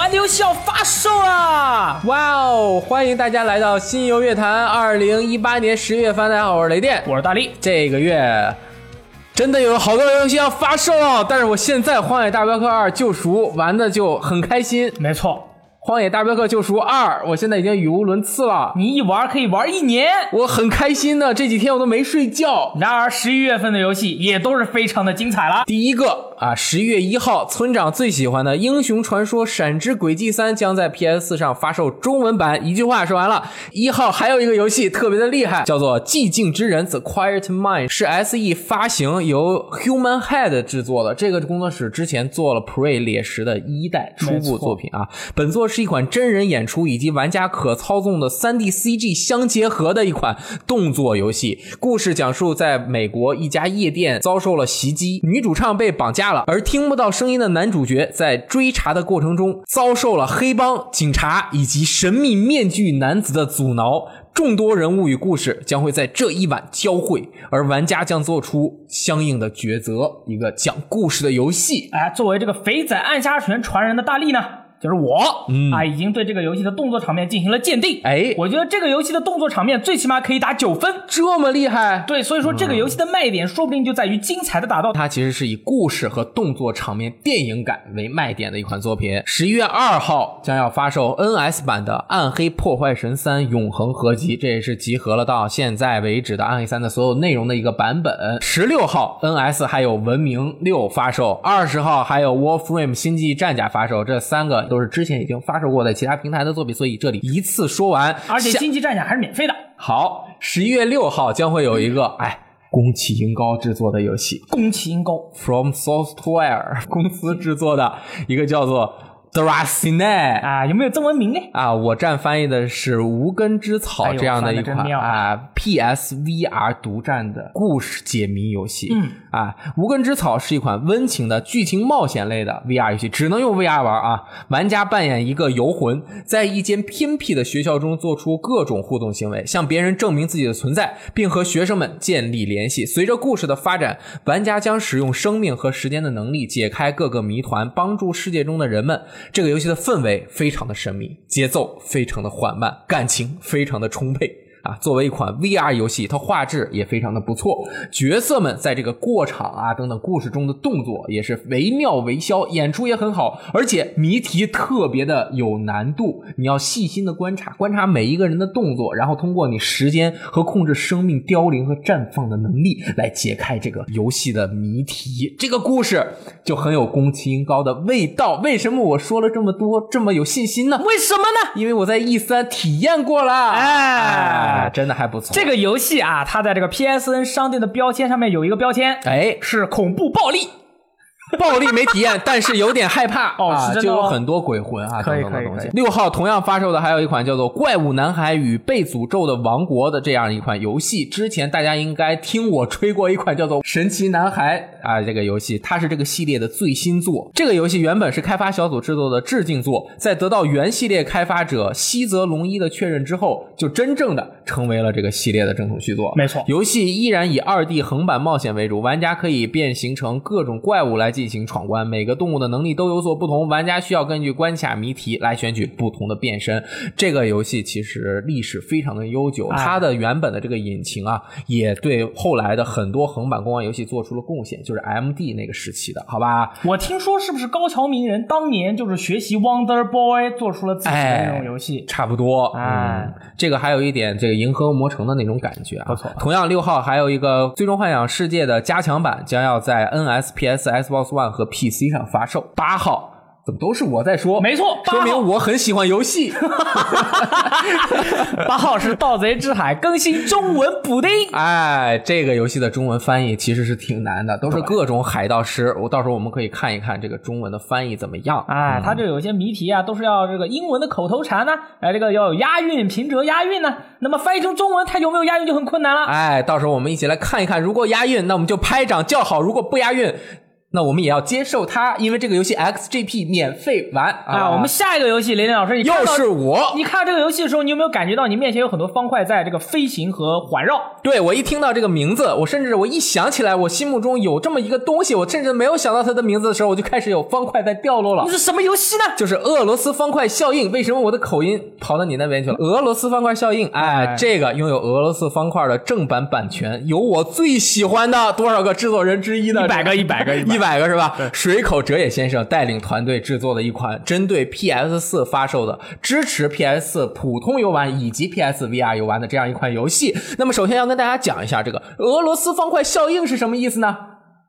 玩的游戏要发售啦！ 哇哦，欢迎大家来到新游乐坛2018年10月份。大家好，我是雷电， 我是大力。 这个月真的有好多游戏要发售了，但是我现在《荒野大镖客2：救赎》玩的就很开心。 没错， 《荒野大镖客：救赎2》我现在已经语无伦次了， 你一玩可以玩1年， 我很开心的，这几天我都没睡觉。 然而11月份的游戏也都是非常的精彩了。 第一个11月1号，村长最喜欢的《英雄传说：闪之轨迹3》将在 PS4 上发售中文版。一句话说完了。1号还有一个游戏特别的厉害，叫做《寂静之人 The Quiet Mind》，是 SE 发行，由 Human Head 制作的。这个工作室之前做了 Prey 猎食的1代初步作品啊。本作是一款真人演出以及玩家可操纵的 3D CG 相结合的一款动作游戏。故事讲述在美国一家夜店遭受了袭击，女主唱被绑架了，而听不到声音的男主角在追查的过程中遭受了黑帮、警察以及神秘面具男子的阻挠。众多人物与故事将会在这一晚交汇，而玩家将做出相应的抉择。一个讲故事的游戏。 作为这个肥仔暗杀拳传人的大力呢，就是我已经对这个游戏的动作场面进行了鉴定。我觉得这个游戏的动作场面最起码可以打9分， 这么厉害。 对，所以说这个游戏的卖点说不定就在于精彩的打斗。 它其实是以故事和动作场面电影感为卖点的一款作品。11月2号将要发售 NS 版的暗黑破坏神3永恒合集，这也是集合了到现在为止的暗黑3的所有内容的一个版本。16号 NS 还有文明6发售，20号还有 Warframe 星际战甲发售，这3个都是之前已经发售过的其他平台的作品，所以这里一次说完。 而且星际战甲还是免费的。 好，11月6号将会有一个宫崎英高制作的游戏， 宫崎英高 From Software 公司制作的一个叫做Dracinet 有没有中文名呢？ 我站翻译的是无根之草这样的一款PSVR 独占的故事解谜游戏。无根之草是一款温情的剧情冒险类的 VR 游戏，只能用 VR 玩玩家扮演一个游魂，在一间偏僻的学校中做出各种互动行为，向别人证明自己的存在，并和学生们建立联系。随着故事的发展，玩家将使用生命和时间的能力解开各个谜团，帮助世界中的人们。这个游戏的氛围非常的神秘，节奏非常的缓慢，感情非常的充沛作为一款 VR 游戏，它画质也非常的不错，角色们在这个过场等等故事中的动作也是惟妙惟肖，演出也很好，而且谜题特别的有难度，你要细心的观察每一个人的动作，然后通过你时间和控制生命凋零和绽放的能力来解开这个游戏的谜题。这个故事就很有宫崎英高的味道。为什么我说了这么多这么有信心呢？ 为什么呢？ 因为我在 E3 体验过了。真的还不错。 这个游戏它在这个 PSN 商店的标签上面有一个标签，是恐怖暴力。 暴力没体验，但是有点害怕是真的就有很多鬼魂可以等等的东西。6号同样发售的还有一款叫做《怪物男孩与被诅咒的王国》的这样一款游戏。之前大家应该听我吹过一款叫做《神奇男孩》这个游戏它是这个系列的最新作。这个游戏原本是开发小组制作的致敬作，在得到原系列开发者西泽龙一的确认之后，就真正的成为了这个系列的正统续作。 没错， 游戏依然以2D 横版冒险为主，玩家可以变形成各种怪物来进行闯关，每个动物的能力都有所不同，玩家需要根据关卡谜题来选取不同的变身。这个游戏其实历史非常的悠久，它的原本的这个引擎也对后来的很多横版公玩游戏做出了贡献，就是 MD 那个时期的，好吧？ 我听说是不是高桥名人当年就是学习 Wonder Boy 做出了自己的那种游戏？ 差不多。这个还有一点这个银河恶魔城的那种感觉不错。 同样6号还有一个最终幻想世界的加强版将要在 NS、PS、Xbox One 和 PC 上发售。8号怎么都是我在说？ 没错， 说明我很喜欢游戏。 8号是盗贼之海更新中文补丁。 这个游戏的中文翻译其实是挺难的，都是各种海盗诗，到时候我们可以看一看这个中文的翻译怎么样。 它这有些谜题都是要这个英文的口头禅这个要有押韵，平仄押韵那么翻译成中文它有没有押韵就很困难了。 到时候我们一起来看一看，如果押韵那我们就拍掌叫好，如果不押韵那我们也要接受它，因为这个游戏 XGP 免费玩啊。我们下一个游戏，雷电老师，你又是我。 你看这个游戏的时候，你有没有感觉到你面前有很多方块在这个飞行和环绕？ 对，我一听到这个名字，我一想起来我心目中有这么一个东西，我甚至没有想到它的名字的时候，我就开始有方块在掉落了。 这是什么游戏呢？ 就是俄罗斯方块效应。为什么我的口音跑到你那边去了？俄罗斯方块效应，这个拥有俄罗斯方块的正版版权，有我最喜欢的多少个制作人之一的100个是吧？水口哲也先生带领团队制作的一款针对 PS4 发售的，支持 PS4 普通游玩以及 PSVR 游玩的这样一款游戏。那么首先要跟大家讲一下这个俄罗斯方块效应是什么意思呢？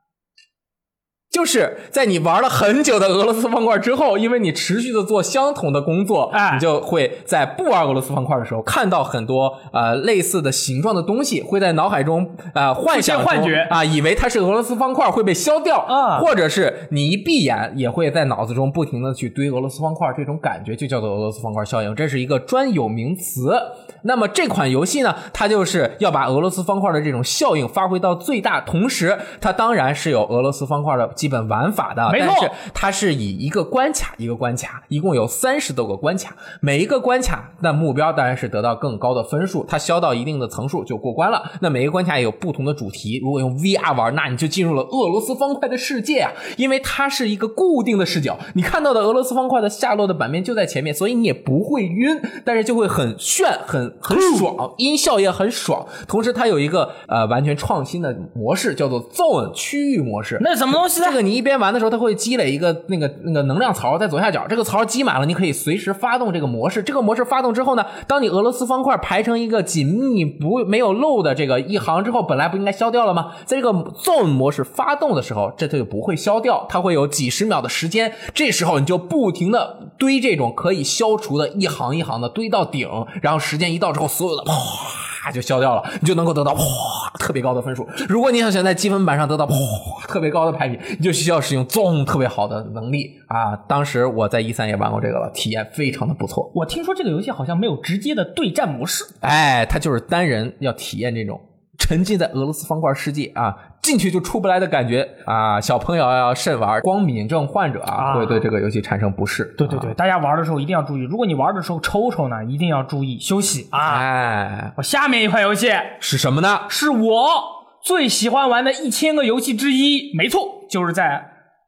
就是在你玩了很久的俄罗斯方块之后，因为你持续的做相同的工作，你就会在不玩俄罗斯方块的时候看到很多类似的形状的东西，会在脑海中幻想中幻觉以为它是俄罗斯方块会被消掉或者是你一闭眼也会在脑子中不停的去堆俄罗斯方块，这种感觉就叫做俄罗斯方块效应，这是一个专有名词。那么这款游戏呢，它就是要把俄罗斯方块的这种效应发挥到最大，同时它当然是有俄罗斯方块的基本玩法的， 没错， 但是它是以一个关卡一个关卡，一共有30多个关卡，每一个关卡的目标当然是得到更高的分数，它消到一定的层数就过关了。那每一个关卡也有不同的主题，如果用 VR 玩，那你就进入了俄罗斯方块的世界啊，因为它是一个固定的视角，你看到的俄罗斯方块的下落的版面就在前面，所以你也不会晕，但是就会很炫很爽，音效也很爽。同时它有一个完全创新的模式，叫做 Zone 区域模式。 那什么东西呢？ 这个你一边玩的时候，它会积累一个那个能量槽在左下角，这个槽积满了，你可以随时发动这个模式。这个模式发动之后呢，当你俄罗斯方块排成一个紧密没有漏的这个一行之后，本来不应该消掉了吗？在这个 Zone 模式发动的时候，这就不会消掉，它会有几十秒的时间，这时候你就不停的堆这种可以消除的一行一行的堆到顶，然后时间一到之后，所有的就消掉了，你就能够得到特别高的分数。如果你想在积分板上得到特别高的排名，你就需要使用特别好的能力啊！当时我在E3也玩过这个了，体验非常的不错。 我听说这个游戏好像没有直接的对战模式， 它就是单人要体验这种沉浸在俄罗斯方块世界啊，进去就出不来的感觉啊！小朋友要慎玩，光敏症患者会对这个游戏产生不适。 对，大家玩的时候一定要注意，如果你玩的时候抽呢，一定要注意休息啊！我下面一款游戏是什么呢？ 是我最喜欢玩的1000个游戏之一，没错，就是在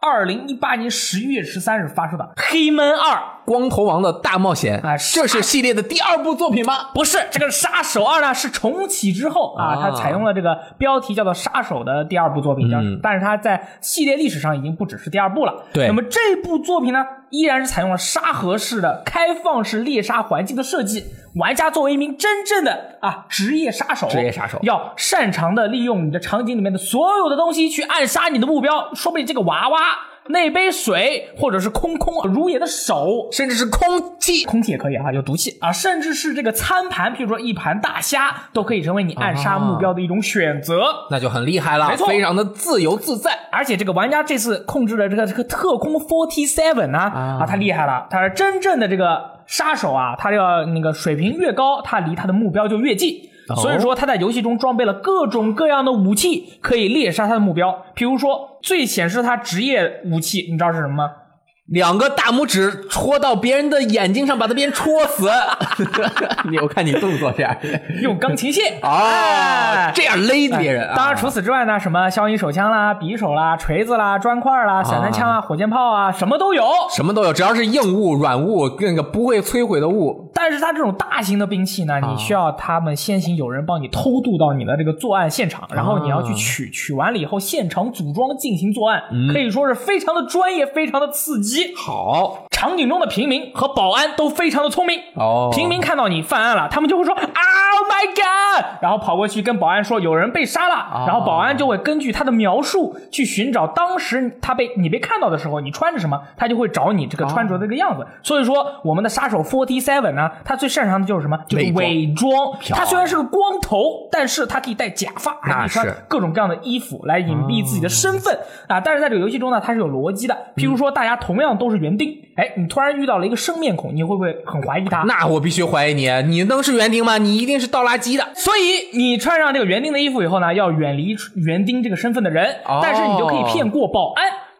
2018年11月13日发售的《黑门2》 光头王的大冒险这是系列的第2部作品吗？ 不是，这个杀手2呢是重启之后它采用了这个标题叫做杀手的第2部作品，但是它在系列历史上已经不只是第2部了。 对， 那么这部作品呢依然是采用了沙盒式的开放式猎杀环境的设计，玩家作为一名真正的职业杀手，要擅长的利用你的场景里面的所有的东西去暗杀你的目标，说不定这个娃娃那杯水，或者是空如也的手， 甚至是空气也可以有毒气甚至是这个餐盘，譬如说一盘大虾，都可以成为你暗杀目标的一种选择， 那就很厉害了， 没错， 非常的自由自在。 而且这个玩家这次控制了这个特空47他厉害了，他是真正的这个杀手他要那个水平越高，他离他的目标就越近。所以说他在游戏中装备了各种各样的武器，可以猎杀他的目标。比如说最显示他职业武器，你知道是什么吗 ？2个大拇指戳到别人的眼睛上，把别人戳死。我看你动作这样， 用钢琴线这样勒别人。 当然除此之外呢，什么消音手枪啦、匕首啦、锤子啦、砖块啦、散弹枪火箭炮什么都有，只要是硬物、软物，那个不会摧毁的物。 但是它这种大型的兵器呢，你需要他们先行有人帮你偷渡到你的这个作案现场，然后你要去取完了以后现场组装进行作案，可以说是非常的专业，非常的刺激。 好， 场景中的平民和保安都非常的聪明平民看到你犯案了，他们就会说 Oh my god， 然后跑过去跟保安说有人被杀了然后保安就会根据他的描述去寻找当时你被看到的时候你穿着什么，他就会找你这个穿着的这个样子所以说我们的杀手47呢，他最擅长的就是什么，就是伪装。他虽然是个光头，但是他可以戴假发，还可以穿各种各样的衣服来隐蔽自己的身份但是在这个游戏中呢，它是有逻辑的。譬如说大家同样都是园丁，你突然遇到了一个生面孔，你会不会很怀疑他？ 那我必须怀疑你能是园丁吗？你一定是倒垃圾的。 所以你穿上这个园丁的衣服以后呢，要远离园丁这个身份的人但是你就可以骗过保安，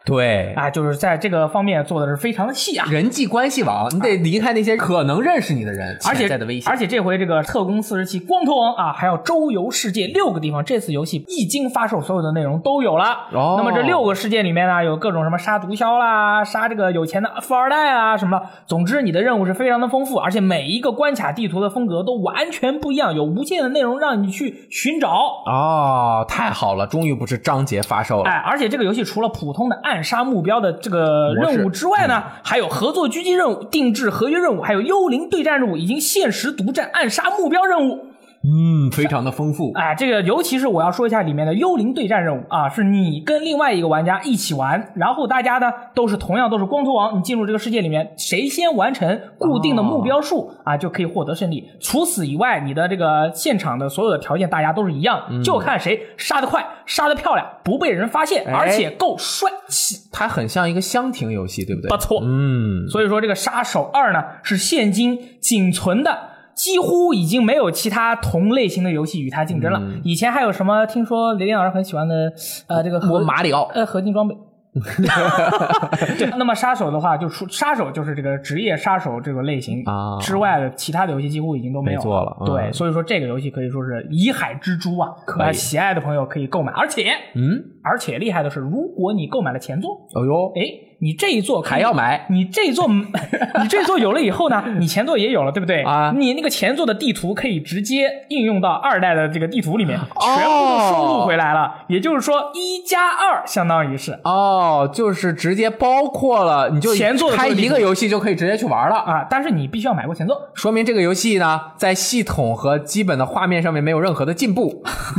对就是在这个方面做的是非常的细啊。 人际关系网，你得离开那些可能认识你的人，潜在的危险。 而且这回这个特工47光头王还要周游世界6个地方，这次游戏一经发售，所有的内容都有了。那么这6个世界里面呢，有各种什么杀毒枭啦，杀这个有钱的富二代啊什么的。总之你的任务是非常的丰富，而且每一个关卡地图的风格都完全不一样，有无限的内容让你去寻找。 太好了，终于不是章节发售了。 而且这个游戏除了普通的暗杀目标的这个任务之外呢，还有合作狙击任务、定制合约任务，还有幽灵对战任务以及限时独占暗杀目标任务。 非常的丰富。 这个尤其是我要说一下里面的幽灵对战任务是你跟另外一个玩家一起玩，然后大家呢同样都是光头王，你进入这个世界里面，谁先完成固定的目标数就可以获得胜利。除此以外，你的这个现场的所有的条件大家都是一样，就看谁杀得快、杀得漂亮，不被人发现，而且够帅气。 它很像一个箱庭游戏，对不对？ 不错。所以说这个杀手2呢是现今仅存的，几乎已经没有其他同类型的游戏与它竞争了。以前还有什么？听说雷电老师很喜欢的这个马里奥合金装备。对，那么杀手的话，杀手就是这个职业杀手这个类型之外的其他的游戏几乎已经都没有做了。 对，所以说这个游戏可以说是遗海之珠喜爱的朋友可以购买，而且厉害的是，如果你购买了前作，你这一座还要买， 你这一座有了以后呢，你前作也有了，对不对？你那个前作的地图可以直接应用到2代的这个地图里面，全部都输入回来了。也就是说1+2相当于是就是直接包括了，你就前作开一个游戏就可以直接去玩了但是你必须要买过前作， 说明这个游戏呢在系统和基本的画面上面没有任何的进步。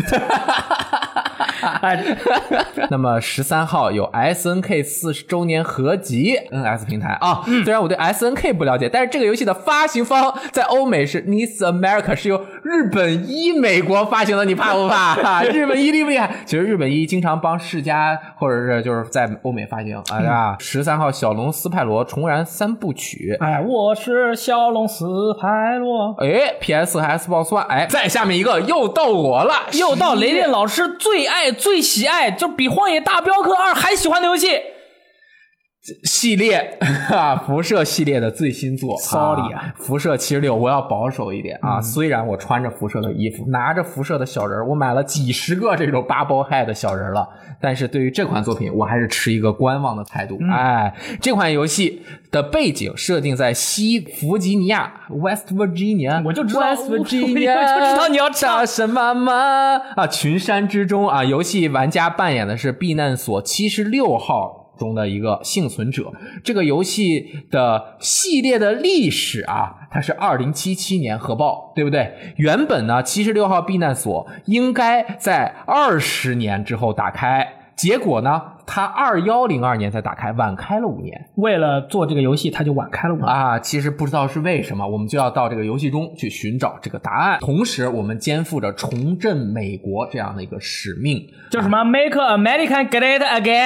那么13号有 SNK 40周年合集 NS 平台虽然我对 SNK 不了解，但是这个游戏的发行方在欧美是 NIS America， 是由日本一美国发行的，你怕不怕？日本一厉不厉害？其实日本一经常帮世嘉或者是就是在欧美发行13号小龙斯派罗重燃3部曲， 我是小龙斯派罗。 PS 和 Xbox One，再下面一个又到我了， 又到雷电老师最爱最喜爱，就比荒野大镖客2还喜欢的游戏系列辐射系列的最新作 ，sorry 辐射76，我要保守一点虽然我穿着辐射的衣服，拿着辐射的小人，我买了几十个这种 Bubble Head 的小人了，但是对于这款作品我还是持一个观望的态度。这款游戏的背景设定在西弗吉尼亚 West Virginia， 我就知道 West Virginia， 我就知道你要唱什么吗群山之中游戏玩家扮演的是避难所76号中的一个幸存者。这个游戏的系列的历史它是2077年核爆，对不对？原本呢76号避难所应该在20年之后打开，结果呢它2102年才打开，晚开了5年。 为了做这个游戏它就晚开了5年其实不知道是为什么，我们就要到这个游戏中去寻找这个答案，同时我们肩负着重振美国这样的一个使命， 就什么 Make America Great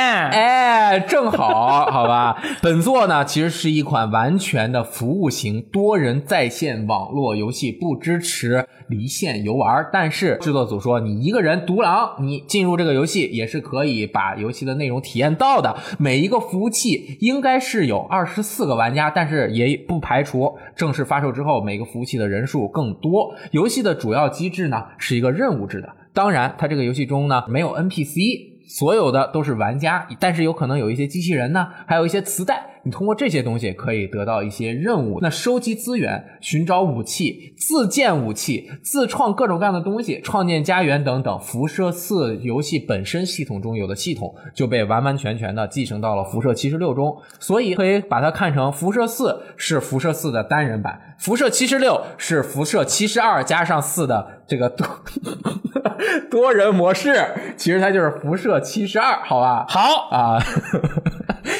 Again， 正好好吧。本作呢其实是一款完全的服务型多人在线网络游戏，不支持离线游玩，但是制作组说你一个人独狼，你进入这个游戏也是可以把游戏的内容体验到的。每一个服务器应该是有24个玩家，但是也不排除正式发售之后每个服务器的人数更多。游戏的主要机制呢是一个任务制的，当然它这个游戏中呢没有 NPC，所有的都是玩家，但是有可能有一些机器人呢，还有一些磁带，你通过这些东西可以得到一些任务。那收集资源、寻找武器、自建武器、自创各种各样的东西、创建家园等等，辐射4游戏本身系统中有的系统就被完完全全的继承到了辐射76中，所以可以把它看成辐射4是辐射4的单人版，辐射76是辐射72加上4的这个多人模式，其实它就是辐射72，好吧？ 好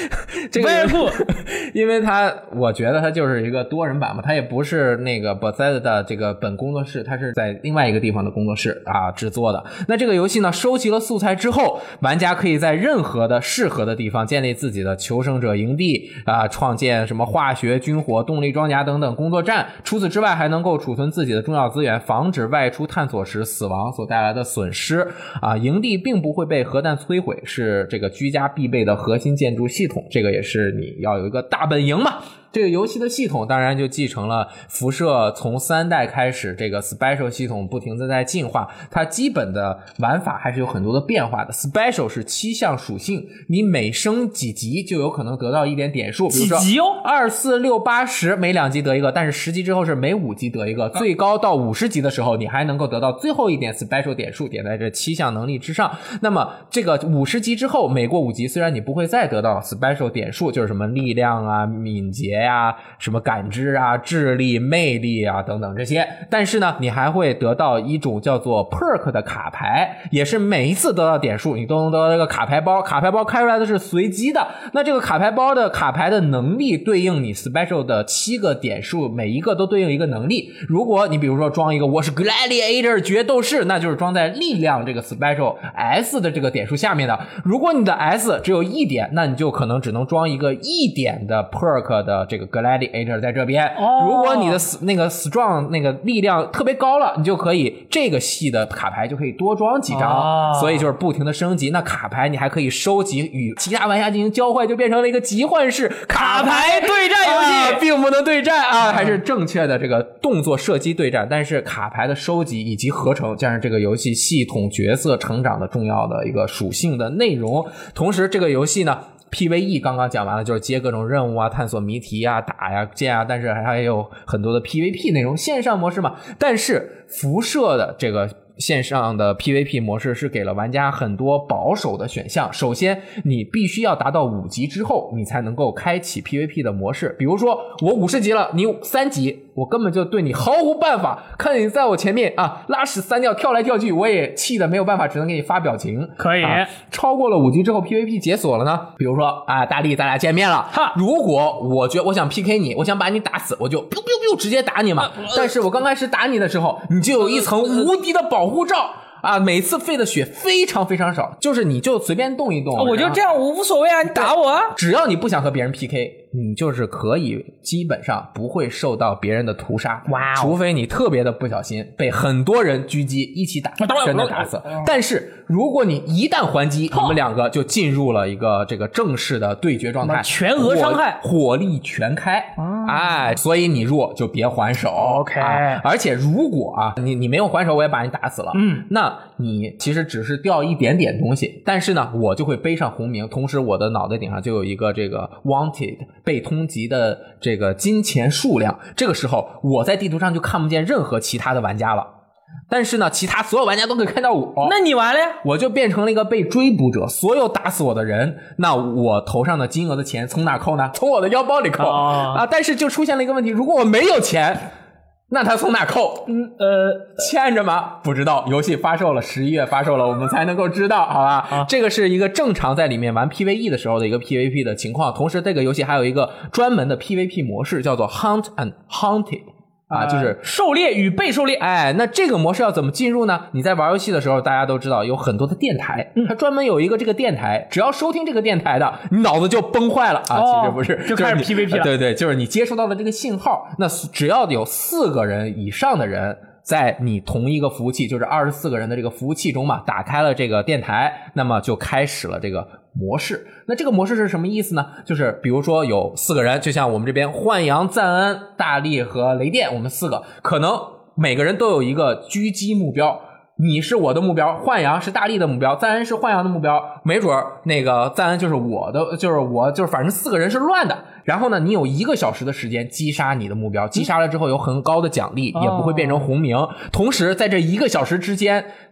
这个因为我觉得它就是一个多人版嘛，它也不是那个 Bethesda 的这个本工作室，它是在另外一个地方的工作室制作的。那这个游戏呢，收集了素材之后，玩家可以在任何的适合的地方建立自己的求生者营地创建什么化学、军火、动力装甲等等工作站。除此之外，还能够储存自己的重要资源，防止外出探索时死亡所带来的损失营地并不会被核弹摧毁，是这个居家必备的核心建筑系统，这个也是你要有一个大本营嘛。这个游戏的系统当然就继承了辐射从3代开始这个 Special 系统不停地在进化，它基本的玩法还是有很多的变化的。Special 是7项属性，你每升几级就有可能得到一点点数，比如说几级 2、4、6、8、10每2级得一个，但是10级之后是每5级得一个，最高到50级的时候你还能够得到最后一点 Special 点数，点在这7项能力之上。那么这个50级之后每过5级，虽然你不会再得到 Special 点数，就是什么力量敏捷什么感知智力、魅力等等这些，但是呢你还会得到一种叫做 perk 的卡牌，也是每一次得到点数你都能得到这个卡牌包，卡牌包开出来的是随机的，那这个卡牌包的卡牌的能力对应你 special 的7个点数，每一个都对应一个能力。如果你比如说装一个我是 gladiator 决斗士，那就是装在力量这个 special S 的这个点数下面的，如果你的 S 只有1点，那你就可能只能装一个1点的 perk 的这个 gladiator 在这边如果你的那个 strong 那个力量特别高了，你就可以这个系的卡牌就可以多装几张所以就是不停的升级。那卡牌你还可以收集与其他玩家进行交换，就变成了一个集换式卡牌对战游戏并不能对战还是正确的这个动作射击对战，但是卡牌的收集以及合成加上这个游戏系统角色成长的重要的一个属性的内容。同时这个游戏呢PVE 刚刚讲完了，就是接各种任务探索谜题打剑但是还有很多的 PVP 内容，线上模式嘛。但是辐射的这个线上的 PVP 模式是给了玩家很多保守的选项。首先你必须要达到5级之后你才能够开启 PVP 的模式，比如说我50级了，你3级我根本就对你毫无办法，看你在我前面拉屎撒尿跳来跳去，我也气得没有办法，只能给你发表情。 可以超过了5级之后 PVP 解锁了呢，比如说大力咱俩见面了，如果我觉得我想 PK 你，我想把你打死，我就 biu biu biu 直接打你嘛但是我刚开始打你的时候你就有一层无敌的保护罩每次费的血非常非常少，就是你就随便动一动我就这样无所谓你打我只要你不想和别人 PK， 你就是可以基本上不会受到别人的屠杀除非你特别的不小心被很多人狙击一起打真的打死但是如果你一旦还击你们两个就进入了一个这个正式的对决状态， 全额伤害， 火力全开所以你弱就别还手 OK 而且如果你没有还手我也把你打死了那你其实只是掉一点点东西，但是呢我就会背上红名，同时我的脑袋顶上就有一个这个 wanted 被通缉的这个金钱数量，这个时候我在地图上就看不见任何其他的玩家了，但是呢其他所有玩家都可以看到我那你完了呀， 我就变成了一个被追捕者，所有打死我的人，那我头上的金额的钱从哪扣呢？从我的腰包里扣但是就出现了一个问题，如果我没有钱那他从哪扣？欠着吗？不知道，游戏发售了11月发售了我们才能够知道好吧这个是一个正常在里面玩 PVE 的时候的一个 PVP 的情况，同时这个游戏还有一个专门的 PVP 模式叫做 Hunt and Hunted就是狩猎与被狩猎那这个模式要怎么进入呢？你在玩游戏的时候大家都知道有很多的电台它专门有一个这个电台，只要收听这个电台的你脑子就崩坏了其实不是就开始 PVP 了对，就是你接收到的这个信号，那只要有4个人以上的人在你同一个服务器，就是24个人的这个服务器中嘛，打开了这个电台，那么就开始了这个模式。那这个模式是什么意思呢？就是比如说有4个人，就像我们这边幻阳、赞恩、大力和雷电，我们4个可能每个人都有一个狙击目标，你是我的目标，幻阳是大力的目标，赞恩是幻阳的目标，没准那个赞恩就是我的，就是反正4个人是乱的。然后呢你有1个小时的时间击杀你的目标，击杀了之后有很高的奖励也不会变成红名同时在这1个小时之间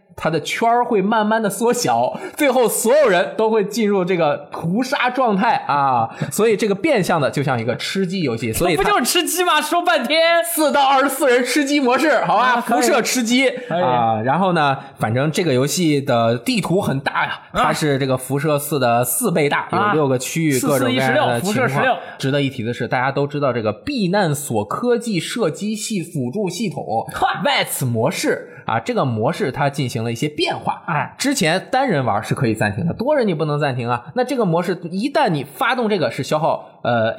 它的圈会慢慢的缩小，最后所有人都会进入这个屠杀状态啊！所以这个变相的就像一个吃鸡游戏，所以不就是吃鸡吗？说半天 4到24人吃鸡模式，好吧，辐射吃鸡啊！然后呢，反正这个游戏的地图很大呀，它是这个辐射4的4倍大，有6个区域，各种各样的情况。值得一提的是，大家都知道这个避难所科技射击系辅助系统 VATS 模式啊，这个模式它进行了一些变化。之前单人玩是可以暂停的，多人你不能暂停啊。那这个模式一旦你发动这个是消耗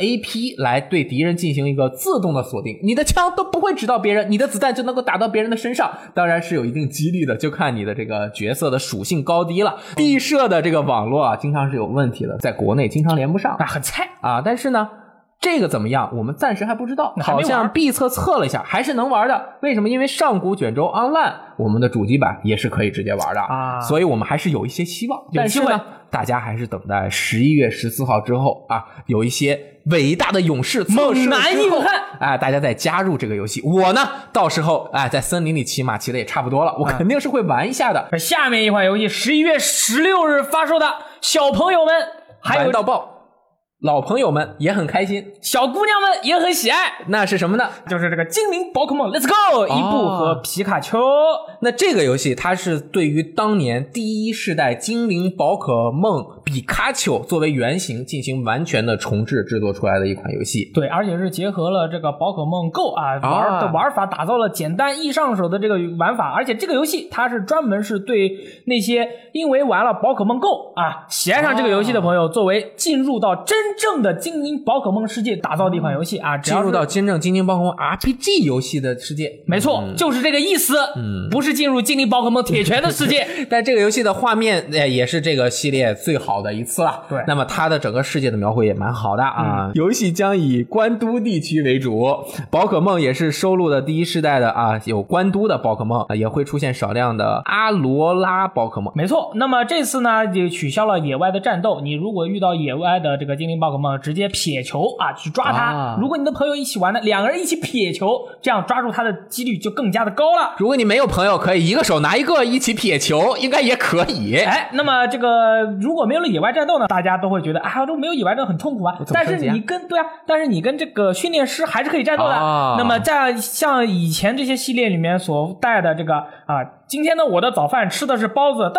AP 来对敌人进行一个自动的锁定，你的枪都不会指到别人，你的子弹就能够打到别人的身上，当然是有一定几率的，就看你的这个角色的属性高低了。地设的这个网络啊，经常是有问题的，在国内经常连不上很菜啊。但是呢这个怎么样我们暂时还不知道，好像闭测了一下还是能玩的。为什么？因为上古卷轴 Online 我们的主机版也是可以直接玩的啊，所以我们还是有一些希望。但是呢大家还是等待11月14号之后啊，有一些伟大的勇士测试之后大家再加入这个游戏。我呢到时候在森林里骑马骑的也差不多了，我肯定是会玩一下的。 下面一款游戏11月16日发售的，小朋友们还有玩到爆，老朋友们也很开心， 小姑娘们也很喜爱。 那是什么呢？ 就是这个精灵宝可梦 Let's Go 伊布和皮卡丘。 那这个游戏它是对于当年第一世代精灵宝可梦比卡丘作为原型进行完全的重制制作出来的一款游戏。 对，而且是结合了这个宝可梦 Go 玩法，打造了简单易上手的这个玩法。而且这个游戏它是专门是对那些因为玩了宝可梦 Go 喜爱上这个游戏的朋友，作为进入到真正的精灵宝可梦世界打造的一款游戏进入到真正精灵宝可梦 RPG 游戏的世界。 没错，就是这个意思。不是进入精灵宝可梦铁拳的世界。 但这个游戏的画面也是这个系列最好的一次了。 对， 那么它的整个世界的描绘也蛮好的啊。游戏将以关都地区为主，宝可梦也是收录的第一世代的有关都的宝可梦，也会出现少量的阿罗拉宝可梦。 没错，那么这次呢就取消了野外的战斗，你如果遇到野外的这个精灵宝可梦，直接撇球去抓它。如果你的朋友一起玩呢，2个人一起撇球，这样抓住它的几率就更加的高了。 如果你没有朋友，可以一个手拿一个一起撇球，应该也可以。 那么这个如果没有了野外战斗呢，大家都会觉得都没有野外战斗很痛苦但是你跟这个训练师还是可以战斗的。那么在像以前这些系列里面所带的这个今天呢我的早饭吃的是包子，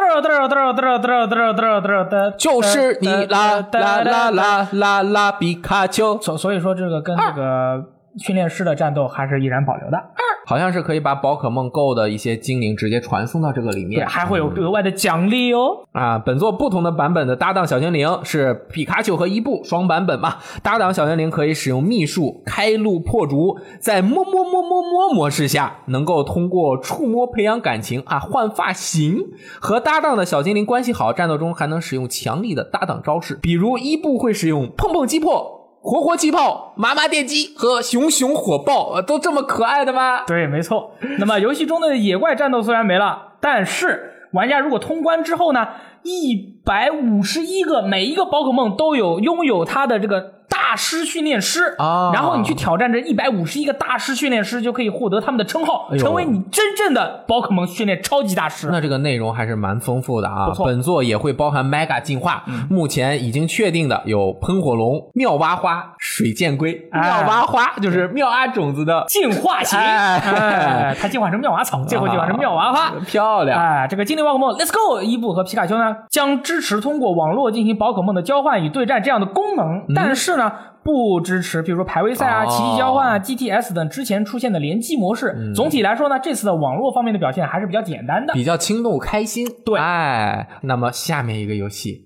就是你啦啦啦啦啦啦比卡丘。 所以说这个跟这个训练师的战斗还是依然保留的。 好像是可以把宝可梦 Go 的一些精灵直接传送到这个里面， 对，还会有额外的奖励哦。 本作不同的版本的搭档小精灵是皮卡丘和伊布双版本嘛。搭档小精灵可以使用秘术开路破竹，在摸模式下能够通过触摸培养感情换发型。和搭档的小精灵关系好，战斗中还能使用强力的搭档招式，比如伊布会使用碰碰击破、活气泡、麻电击和熊火爆，都这么可爱的吗？ 对，没错。那么游戏中的野怪战斗虽然没了，但是玩家如果通关之后呢，151个每一个宝可梦都拥有它的这个大师训练师然后你去挑战这151个大师训练师，就可以获得他们的称号，成为你真正的宝可梦训练超级大师。 那这个内容还是蛮丰富的本作也会包含 Mega 进化，目前已经确定的有喷火龙、妙蛙花、水箭龟。妙蛙花就是妙蛙种子的进化型它进化成妙蛙草，最后进化成妙蛙花， 漂亮。 这个精灵宝可梦 Let's Go 伊布和皮卡丘呢将支持通过网络进行宝可梦的交换与对战这样的功能，但是呢不支持比如说排位赛奇迹交换GTS 等之前出现的联机模式。总体来说呢，这次的网络方面的表现还是比较简单的， 比较轻动开心。 对， 那么下面一个游戏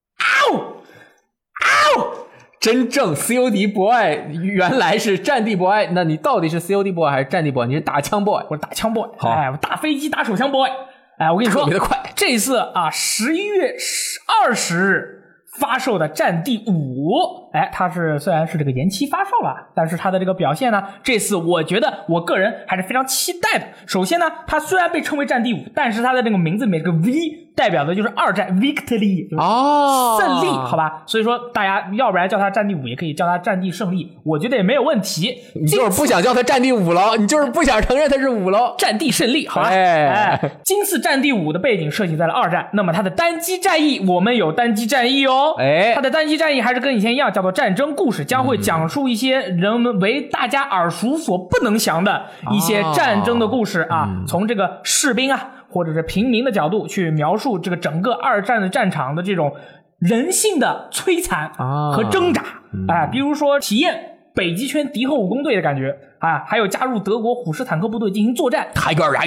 真正 COD boy 原来是战地 boy， 那你到底是 COD boy 还是战地 boy？ 你是打枪 boy？ 我是打枪 boy。 我打飞机打手枪 boy。 我跟你说特别的快， 这一次11月20日发售的战地5，它虽然是这个延期发售了，但是它的这个表现呢，这次我觉得我个人还是非常期待的。首先呢，它虽然被称为战地5，但是它的这个名字每个 V 代表的就是二战 victory， 胜利，好吧？所以说大家要不然叫它战地5，也可以叫它战地胜利，我觉得也没有问题。 你就是不想叫它战地5了，你就是不想承认它是5了。 战地胜利，好吧？今次战地5的背景设计在了二战，那么它的单机战役，我们有单机战役哦。它的单机战役还是跟以前一样，叫做战争故事，将会讲述一些人们为大家耳熟所不能详的一些战争的故事从这个士兵或者是平民的角度去描述这个整个二战的战场的这种人性的摧残和挣扎比如说体验北极圈敌后武工队的感觉还有加入德国虎式坦克部队进行作战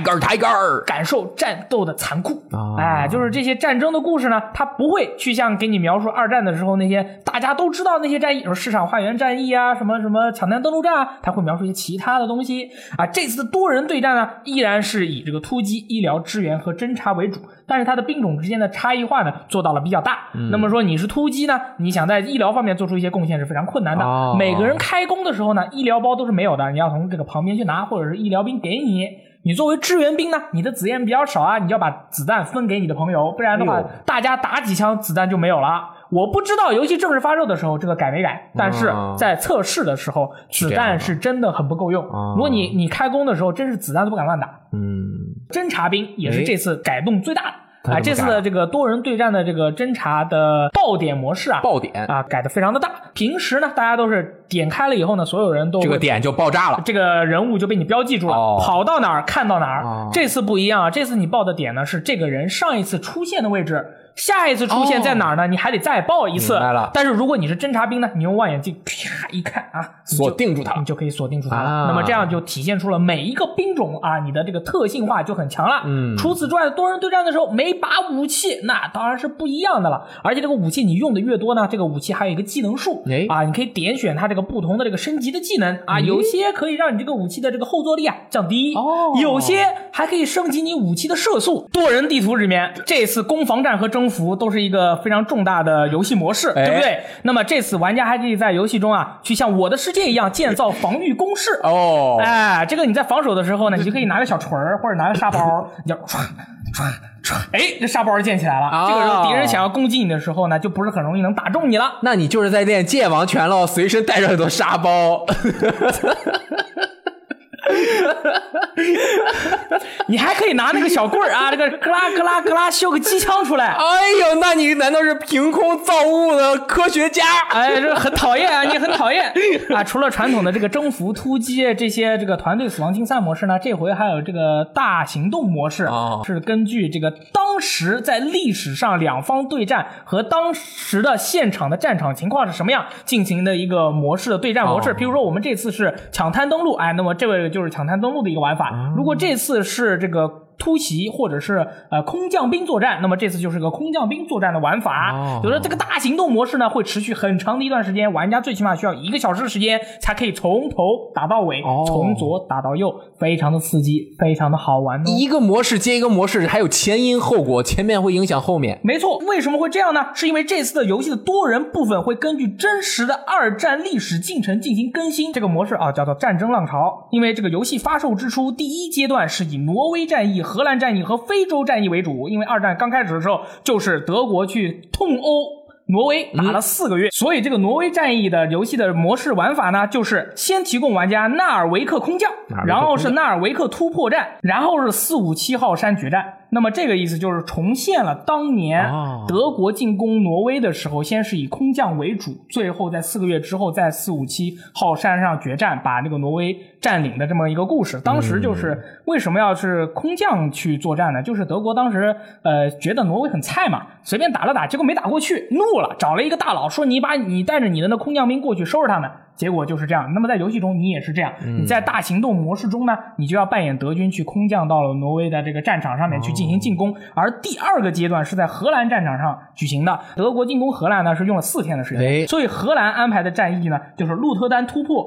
Tiger 感受战斗的残酷就是这些战争的故事呢，它不会去像给你描述二战的时候那些大家都知道那些战役，市场化园战役什么什么抢滩登陆战它会描述一些其他的东西这次的多人对战呢，依然是以这个突击、医疗支援和侦察为主，但是它的兵种之间的差异化呢做到了比较大那么说你是突击呢，你想在医疗方面做出一些贡献是非常困难的每个人开工的时候呢，医疗包都是没有的，你要从这个旁边去拿，或者是医疗兵给你作为支援兵呢，你的子弹比较少你就要把子弹分给你的朋友，不然的话大家打几枪子弹就没有了。我不知道游戏正式发售的时候这个改没改，但是在测试的时候子弹是真的很不够用如果你开工的时候真是子弹都不敢乱打侦察兵也是这次改动最大的这次的这个多人对战的这个侦察的爆点模式爆点改得非常的大。平时呢大家都是点开了以后呢，所有人都这个点就爆炸了， 这个人物就被你标记住了跑到哪儿看到哪儿这次不一样这次你报的点呢是这个人上一次出现的位置，下一次出现在哪儿呢你还得再报一次但是如果你是侦察兵呢，你用望远镜啪一看锁定住它， 你就可以锁定住它了那么这样就体现出了每一个兵种你的这个特性化就很强了除此之外多人对战的时候每把武器那当然是不一样的了，而且这个武器你用的越多呢，这个武器还有一个技能树你可以点选它这个不同的这个升级的技能有些可以让你这个武器的这个后坐力降低有些还可以升级你武器的射速。多人地图里面这次攻防战和征服都是一个非常重大的游戏模式对不对那么这次玩家还可以在游戏中去像我的世界一样建造防御工事这个你在防守的时候呢，你就可以拿个小锤或者拿个沙包你就这沙包建起来了这个时候敌人想要攻击你的时候呢，就不是很容易能打中你了。 那你就是在练剑王拳了，随身带着很多沙包你还可以拿那个小棍这个咯啦咯啦咯啦秀个机枪出来。 哎呦，那你难道是凭空造物的科学家？ 这很讨厌你很讨厌除了传统的这个征服、突击这些这个团队死亡竞赛模式呢，这回还有这个大行动模式是根据这个当时在历史上两方对战和当时的现场的战场情况是什么样进行的一个模式的对战模式。比如说我们这次是抢滩登陆那么这个就是抢滩登陆的一个玩法如果这次是这个突袭或者是空降兵作战，那么这次就是个空降兵作战的玩法有的这个大行动模式呢会持续很长的一段时间，玩家最起码需要1个小时的时间才可以从头打到尾从左打到右，非常的刺激，非常的好玩一个模式接一个模式，还有前因后果，前面会影响后面。 没错，为什么会这样呢？是因为这次的游戏的多人部分会根据真实的二战历史进程进行更新。这个模式叫做战争浪潮，因为这个游戏发售之初第一阶段是以挪威战役、荷兰战役和非洲战役为主，因为二战刚开始的时候就是德国去痛殴挪威打了4个月所以这个挪威战役的游戏的模式玩法呢，就是先提供玩家纳尔维克空降，然后是纳尔维克突破战，然后是457号山决战。那么这个意思就是重现了当年德国进攻挪威的时候先是以空降为主，最后在4个月之后在457号山上决战把这个挪威占领的这么一个故事。当时就是为什么要是空降去作战呢，就是德国当时觉得挪威很菜嘛，随便打了打，结果没打过去，怒了，找了一个大佬说你带着你的那空降兵过去收拾他们，结果就是这样。那么在游戏中你也是这样你在大行动模式中呢，你就要扮演德军去空降到了挪威的这个战场上面去进行进攻而第2个阶段是在荷兰战场上举行的。德国进攻荷兰呢是用了4天的时间所以荷兰安排的战役呢就是鹿特丹突破，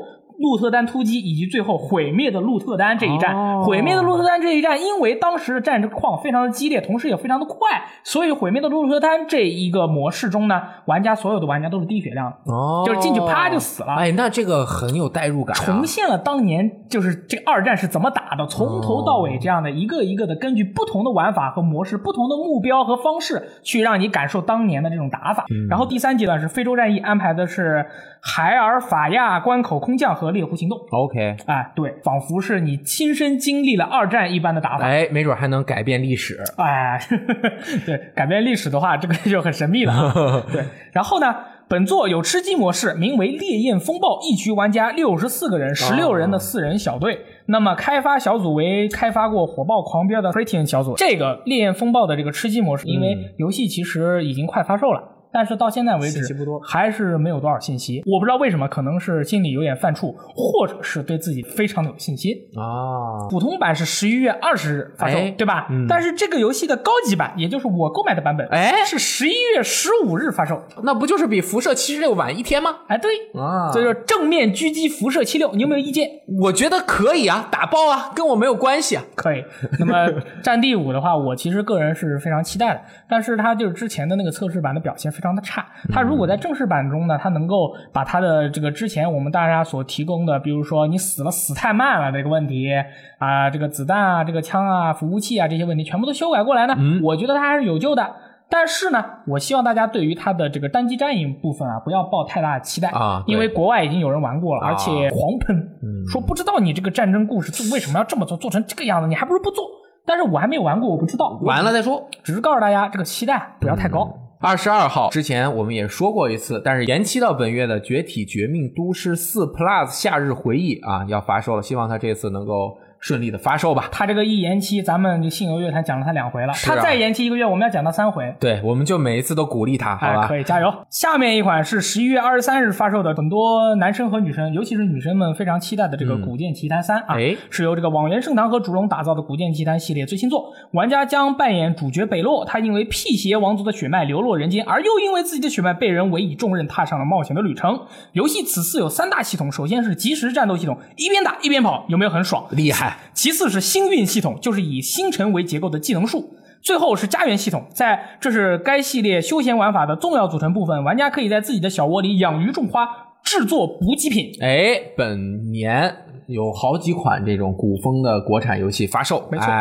鹿特丹突击以及最后毁灭的鹿特丹这一战。毁灭的鹿特丹这一战，因为当时的战况非常的激烈，同时也非常的快，所以毁灭的鹿特丹这一个模式中呢，所有的玩家都是低血量，就是进去啪就死了。 哎，那这个很有代入感重现了当年就是这个二战是怎么打的，从头到尾这样的一个一个的根据不同的玩法和模式，不同的目标和方式去让你感受当年的这种打法。然后第3阶段是非洲战役，安排的是海尔法亚关口空降和猎户行动。 OK， 哎，对，仿佛是你亲身经历了二战一般的打法。 哎，没准还能改变历史。 哎，对，改变历史的话，这个就很神秘了。对，然后呢，本作有吃鸡模式，名为烈焰风暴，一局玩家64个人，16人的4人小队。那么开发小组为开发过火爆狂飙的 Criterion 小组。这个烈焰风暴的这个吃鸡模式，因为游戏其实已经快发售了，但是到现在为止还是没有多少信息。我不知道为什么，可能是心里有点犯怵，或者是对自己非常的有信心啊。普通版是11月20日发售，对吧？但是这个游戏的高级版，也就是我购买的版本，是11月15日发售。 那不就是比辐射76晚一天吗？ 哎，对啊，所以说正面狙击辐射76，你有没有意见？ 我觉得可以啊，打爆啊，跟我没有关系啊。 可以。那么战地5的话，我其实个人是非常期待的，但是它就是之前的那个测试版的表现非常的差。它如果在正式版中呢，它能够把它的这个之前我们大家所提供的，比如说你死太慢了这个问题啊，这个子弹啊，这个枪啊，服务器啊，这些问题全部都修改过来呢，我觉得它还是有救的。但是呢，我希望大家对于它的这个单机战役部分啊，不要抱太大的期待啊，因为国外已经有人玩过了，而且狂喷，说不知道你这个战争故事为什么要这么做成这个样子，你还不如不做。但是我还没有玩过，我不知道， 完了再说， 只是告诉大家这个期待不要太高。 22号之前我们也说过一次，但是延期到本月的《绝体绝命都市4 Plus 夏日回忆》啊要发售了，希望它这次能够顺利的发售吧。 他这个一延期，咱们就信游乐坛讲了他2回了，他再延期1个月，我们要讲到3回。 对，我们就每一次都鼓励他，好吧？ 可以加油。下面一款是11月23日发售的，很多男生和女生，尤其是女生们非常期待的这个《古剑奇谭3》啊，是由这个网原盛堂和竹龙打造的《古剑奇谭》系列最新作。玩家将扮演主角北洛，他因为辟邪王族的血脉流落人间，而又因为自己的血脉被人委以重任，踏上了冒险的旅程。游戏此次有3大系统，首先是即时战斗系统，一边打一边跑，有没有很爽？ 厉害。 其次是星运系统，就是以星辰为结构的技能树。最后是家园系统，这是该系列休闲玩法的重要组成部分，玩家可以在自己的小窝里养鱼种花，制作补给品。 本年有好几款这种古风的国产游戏发售， 没错。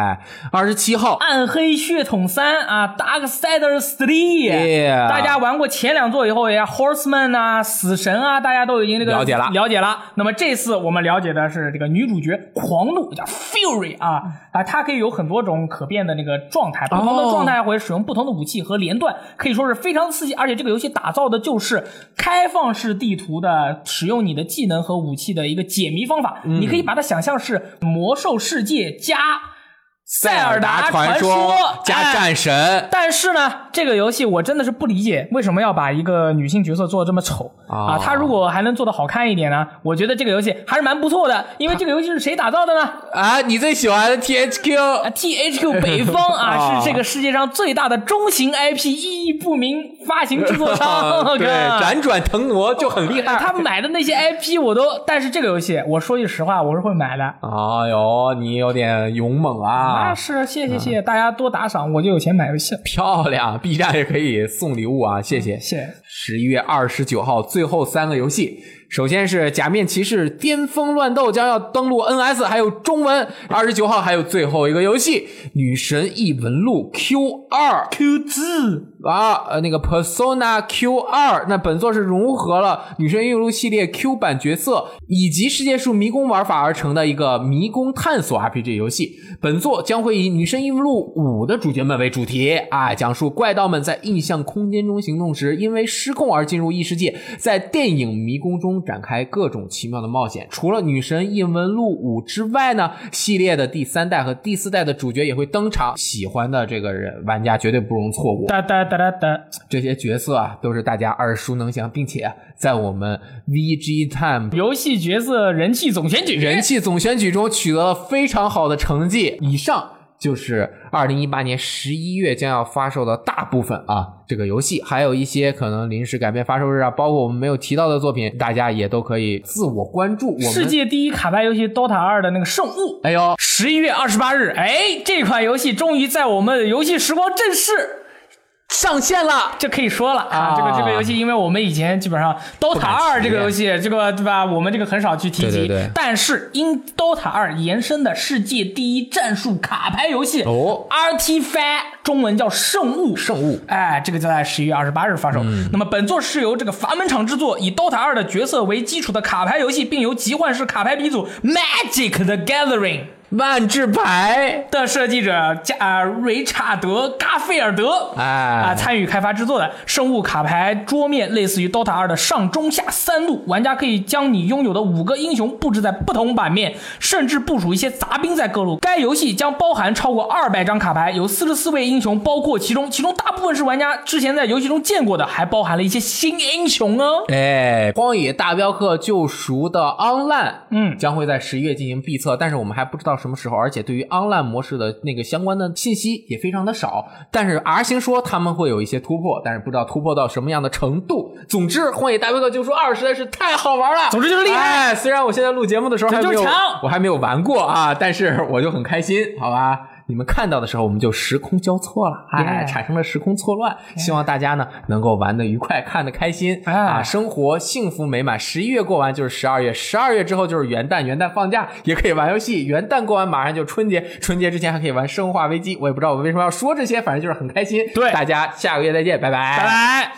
27号暗黑血统3啊 Darksiders 3，大家玩过前2座以后，也 Horseman 啊死神啊，大家都已经这个了解了。那么这次我们了解的是这个女主角狂怒，叫 Fury 啊，它可以有很多种可变的那个状态，不同的状态会使用不同的武器和连段，可以说是非常刺激。而且这个游戏打造的就是开放式地图的使用你的技能和武器的一个解谜方法，你可以把它想象是魔兽世界加塞尔达传说加战神。 但是呢，这个游戏我真的是不理解为什么要把一个女性角色做得这么丑啊！她如果还能做得好看一点呢，我觉得这个游戏还是蛮不错的。因为这个游戏是谁打造的呢？ 你最喜欢的 THQ 北方啊，是这个世界上最大的中型 IP 意义不明发行制作商。 对，辗转腾挪就很厉害。 他买的那些 IP 但是这个游戏我说句实话，我是会买的。 哎呦，你有点勇猛啊！ 是，谢谢大家多打赏，我就有钱买游戏。 漂亮 ，B 站也可以送礼物啊，谢谢。11月29号最后3个游戏。首先是假面骑士巅峰乱斗将要登陆 NS 还有中文，29号还有最后一个游戏女神异闻录 Q2 那个 Persona Q2。 那本作是融合了女神异闻录系列 Q 版角色以及世界树迷宫玩法而成的一个迷宫探索 RPG 游戏。本作将会以女神异闻录5的主角们为主题讲述怪盗们在印象空间中行动时因为失控而进入异世界，在电影迷宫中展开各种奇妙的冒险。除了女神异闻录5之外呢，系列的第3代和第4代的主角也会登场，喜欢的这个人玩家绝对不容错过。这些角色都是大家耳熟能详，并且在我们 VGTime 游戏角色人气总选举中取得了非常好的成绩。 以上就是2018年11月将要发售的大部分这个游戏，还有一些可能临时改变发售日包括我们没有提到的作品，大家也都可以自我关注。 世界第一卡牌游戏 DOTA 2的那个圣物，11月28日，这款游戏终于在我们的游戏时光正式上线了， 这可以说了这个游戏，因为我们以前基本上 DOTA 2这个游戏，这个对吧？我们这个很少去提及。 对。 但是因 DOTA 2延伸的世界第一战术卡牌游戏Artifact， 中文叫圣物，这个就在11月28日发售。那么本作是由这个阀门厂制作，以 DOTA 2的角色为基础的卡牌游戏，并由集幻式卡牌鼻祖 Magic the Gathering。 万智牌的设计者瑞查德·嘎菲尔德参与开发制作的生物卡牌桌面，类似于 DOTA 2的上中下3路，玩家可以将你拥有的5个英雄布置在不同版面，甚至部署一些杂兵在各路。该游戏将包含超过200张卡牌，有44位英雄包括其中大部分是玩家之前在游戏中见过的，还包含了一些新英雄荒野大镖客救赎的 Online 将会在11月进行闭测，但是我们还不知道什么时候，而且对于 Online 模式的那个相关的信息也非常的少，但是 R 星说他们会有一些突破，但是不知道突破到什么样的程度。总之荒野大镖客救赎2实在是太好玩了， 总之就是厉害。 虽然我现在录节目的时候我还没有玩过但是我就很开心，好吧，你们看到的时候我们就时空交错了产生了时空错乱希望大家呢能够玩得愉快，看得开心生活幸福美满。11月过完就是12月，12月之后就是元旦放假也可以玩游戏，元旦过完马上就春节之前还可以玩生化危机。我也不知道我为什么要说这些，反正就是很开心。 对， 大家下个月再见，拜拜拜拜。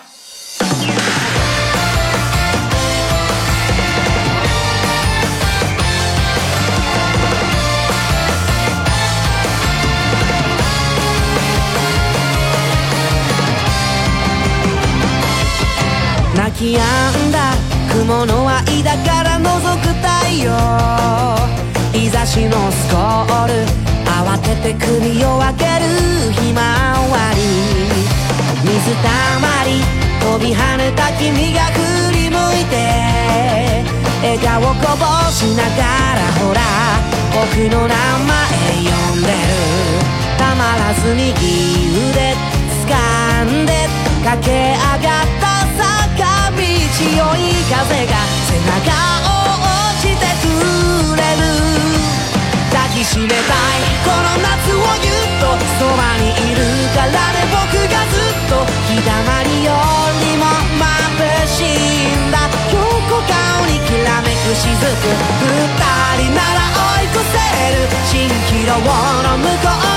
泣き止んだ雲の間から覗く太陽、日差しのスコール慌てて首を上げるひまわり、水たまり飛び跳ねた君が振り向いて笑顔こぼしながら、ほら僕の名前呼んでる、たまらず右腕掴んで駆け上がった坂道、強い風が背中を押してくれる、抱きしめたいこの夏をぎゅっとそばにいるからね、僕がずっと日だまりよりも眩しいんだ、横顔にきらめく雫、二人なら追い越せる蜃気楼の向こう